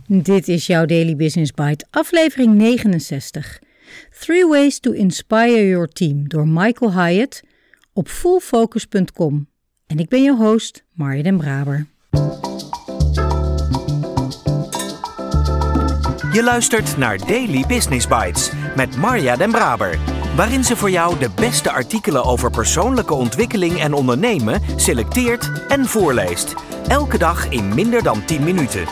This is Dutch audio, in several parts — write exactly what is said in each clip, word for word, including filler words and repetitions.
Dit is jouw Daily Business Bite, aflevering negenenzestig. Three Ways to Inspire Your Team door Michael Hyatt op full focus punt com. En ik ben je host, Marja den Braber. Je luistert naar Daily Business Bites met Marja den Braber, waarin ze voor jou de beste artikelen over persoonlijke ontwikkeling en ondernemen selecteert en voorleest. Elke dag in minder dan tien minuten.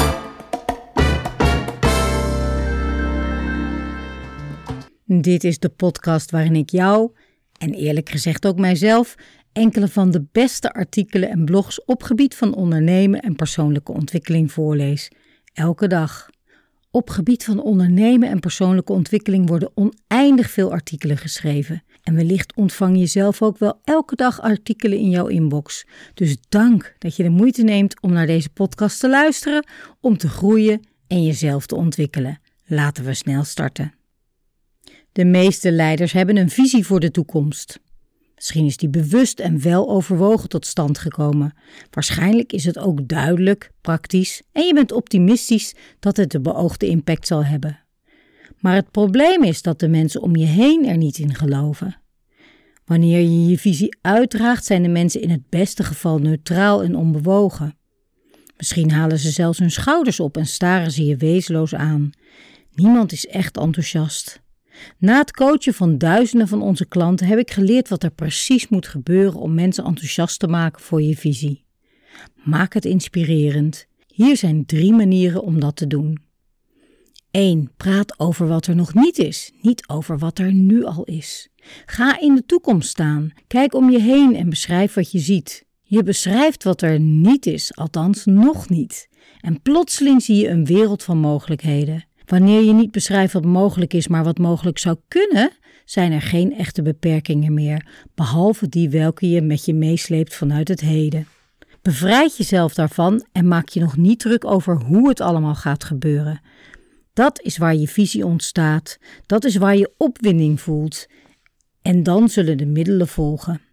Dit is de podcast waarin ik jou, en eerlijk gezegd ook mijzelf, enkele van de beste artikelen en blogs op gebied van ondernemen en persoonlijke ontwikkeling voorlees. Elke dag. Op gebied van ondernemen en persoonlijke ontwikkeling worden oneindig veel artikelen geschreven. En wellicht ontvang je zelf ook wel elke dag artikelen in jouw inbox. Dus dank dat je de moeite neemt om naar deze podcast te luisteren, om te groeien en jezelf te ontwikkelen. Laten we snel starten. De meeste leiders hebben een visie voor de toekomst. Misschien is die bewust en wel overwogen tot stand gekomen. Waarschijnlijk is het ook duidelijk, praktisch en je bent optimistisch dat het de beoogde impact zal hebben. Maar het probleem is dat de mensen om je heen er niet in geloven. Wanneer je je visie uitdraagt, zijn de mensen in het beste geval neutraal en onbewogen. Misschien halen ze zelfs hun schouders op en staren ze je wezenloos aan. Niemand is echt enthousiast. Na het coachen van duizenden van onze klanten heb ik geleerd wat er precies moet gebeuren om mensen enthousiast te maken voor je visie. Maak het inspirerend. Hier zijn drie manieren om dat te doen. één. Praat over wat er nog niet is, niet over wat er nu al is. Ga in de toekomst staan. Kijk om je heen en beschrijf wat je ziet. Je beschrijft wat er niet is, althans nog niet. En plotseling zie je een wereld van mogelijkheden. Wanneer je niet beschrijft wat mogelijk is, maar wat mogelijk zou kunnen, zijn er geen echte beperkingen meer, behalve die welke je met je meesleept vanuit het heden. Bevrijd jezelf daarvan en maak je nog niet druk over hoe het allemaal gaat gebeuren. Dat is waar je visie ontstaat, dat is waar je opwinding voelt. En dan zullen de middelen volgen.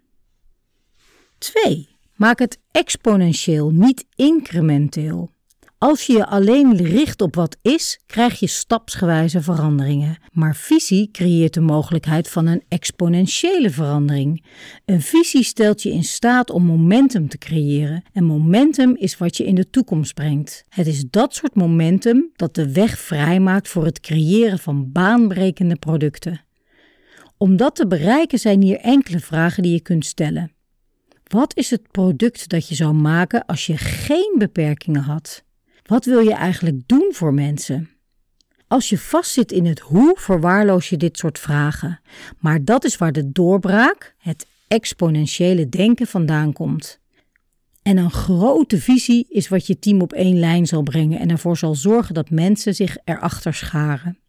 twee. Maak het exponentieel, niet incrementeel. Als je je alleen richt op wat is, krijg je stapsgewijze veranderingen. Maar visie creëert de mogelijkheid van een exponentiële verandering. Een visie stelt je in staat om momentum te creëren. En momentum is wat je in de toekomst brengt. Het is dat soort momentum dat de weg vrijmaakt voor het creëren van baanbrekende producten. Om dat te bereiken zijn hier enkele vragen die je kunt stellen. Wat is het product dat je zou maken als je geen beperkingen had? Wat wil je eigenlijk doen voor mensen? Als je vastzit in het hoe, verwaarloos je dit soort vragen. Maar dat is waar de doorbraak, het exponentiële denken vandaan komt. En een grote visie is wat je team op één lijn zal brengen en ervoor zal zorgen dat mensen zich erachter scharen.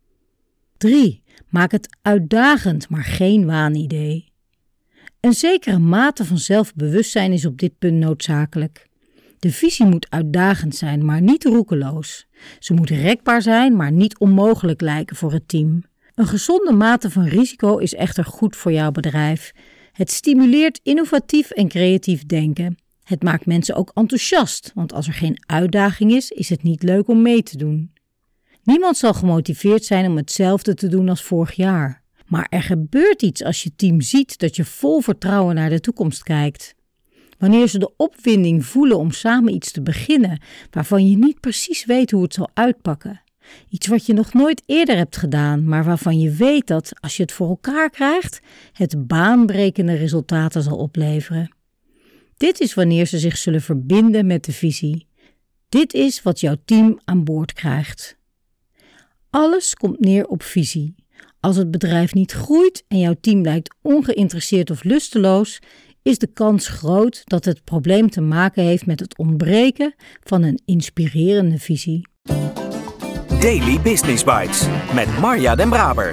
drie. Maak het uitdagend, maar geen waanidee. Een zekere mate van zelfbewustzijn is op dit punt noodzakelijk. De visie moet uitdagend zijn, maar niet roekeloos. Ze moet rekbaar zijn, maar niet onmogelijk lijken voor het team. Een gezonde mate van risico is echter goed voor jouw bedrijf. Het stimuleert innovatief en creatief denken. Het maakt mensen ook enthousiast, want als er geen uitdaging is, is het niet leuk om mee te doen. Niemand zal gemotiveerd zijn om hetzelfde te doen als vorig jaar. Maar er gebeurt iets als je team ziet dat je vol vertrouwen naar de toekomst kijkt. Wanneer ze de opwinding voelen om samen iets te beginnen waarvan je niet precies weet hoe het zal uitpakken. Iets wat je nog nooit eerder hebt gedaan, maar waarvan je weet dat, als je het voor elkaar krijgt, het baanbrekende resultaten zal opleveren. Dit is wanneer ze zich zullen verbinden met de visie. Dit is wat jouw team aan boord krijgt. Alles komt neer op visie. Als het bedrijf niet groeit en jouw team lijkt ongeïnteresseerd of lusteloos, is de kans groot dat het probleem te maken heeft met het ontbreken van een inspirerende visie. Daily Business Bites met Marja den Braber.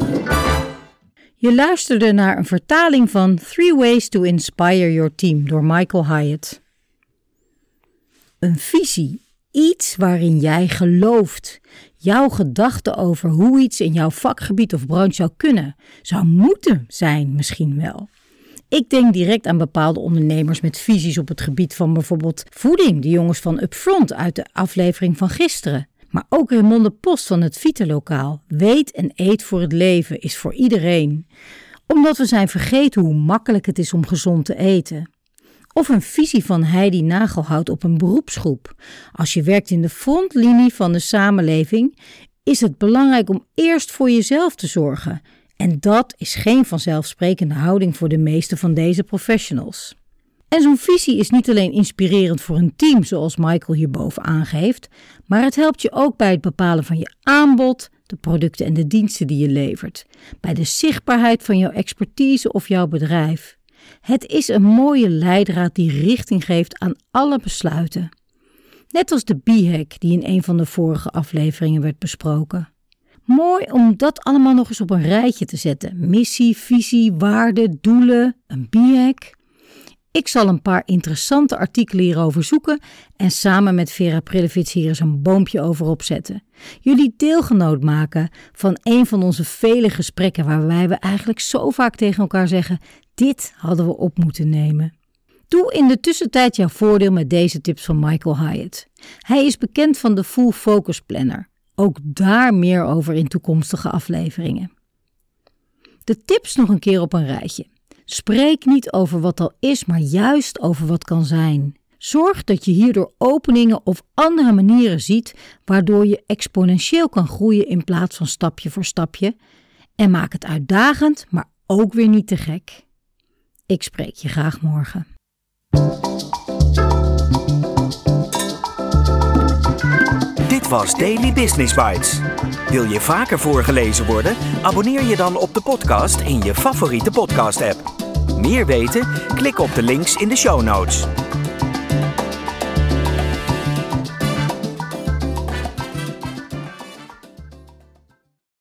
Je luisterde naar een vertaling van Three Ways to Inspire Your Team door Michael Hyatt. Een visie, iets waarin jij gelooft. Jouw gedachten over hoe iets in jouw vakgebied of branche zou kunnen, zou moeten zijn misschien wel. Ik denk direct aan bepaalde ondernemers met visies op het gebied van bijvoorbeeld voeding. De jongens van Upfront uit de aflevering van gisteren. Maar ook Raymonde Post van het Vita-lokaal. Weet en eet voor het leven is voor iedereen. Omdat we zijn vergeten hoe makkelijk het is om gezond te eten. Of een visie van Heidi Nagelhout op een beroepsgroep. Als je werkt in de frontlinie van de samenleving, is het belangrijk om eerst voor jezelf te zorgen. En dat is geen vanzelfsprekende houding voor de meeste van deze professionals. En zo'n visie is niet alleen inspirerend voor een team, zoals Michael hierboven aangeeft, maar het helpt je ook bij het bepalen van je aanbod, de producten en de diensten die je levert, bij de zichtbaarheid van jouw expertise of jouw bedrijf. Het is een mooie leidraad die richting geeft aan alle besluiten. Net als de B-hack die in een van de vorige afleveringen werd besproken. Mooi om dat allemaal nog eens op een rijtje te zetten. Missie, visie, waarden, doelen, een B-hack. Ik zal een paar interessante artikelen hierover zoeken en samen met Vera Prillevits hier eens een boompje over opzetten. Jullie deelgenoot maken van een van onze vele gesprekken waarbij we eigenlijk zo vaak tegen elkaar zeggen: dit hadden we op moeten nemen. Doe in de tussentijd jouw voordeel met deze tips van Michael Hyatt. Hij is bekend van de Full Focus Planner. Ook daar meer over in toekomstige afleveringen. De tips nog een keer op een rijtje. Spreek niet over wat al is, maar juist over wat kan zijn. Zorg dat je hierdoor openingen of andere manieren ziet, waardoor je exponentieel kan groeien in plaats van stapje voor stapje. En maak het uitdagend, maar ook weer niet te gek. Ik spreek je graag morgen. Dit was Daily Business Bites. Wil je vaker voorgelezen worden? Abonneer je dan op de podcast in je favoriete podcast-app. Meer weten? Klik op de links in de show notes.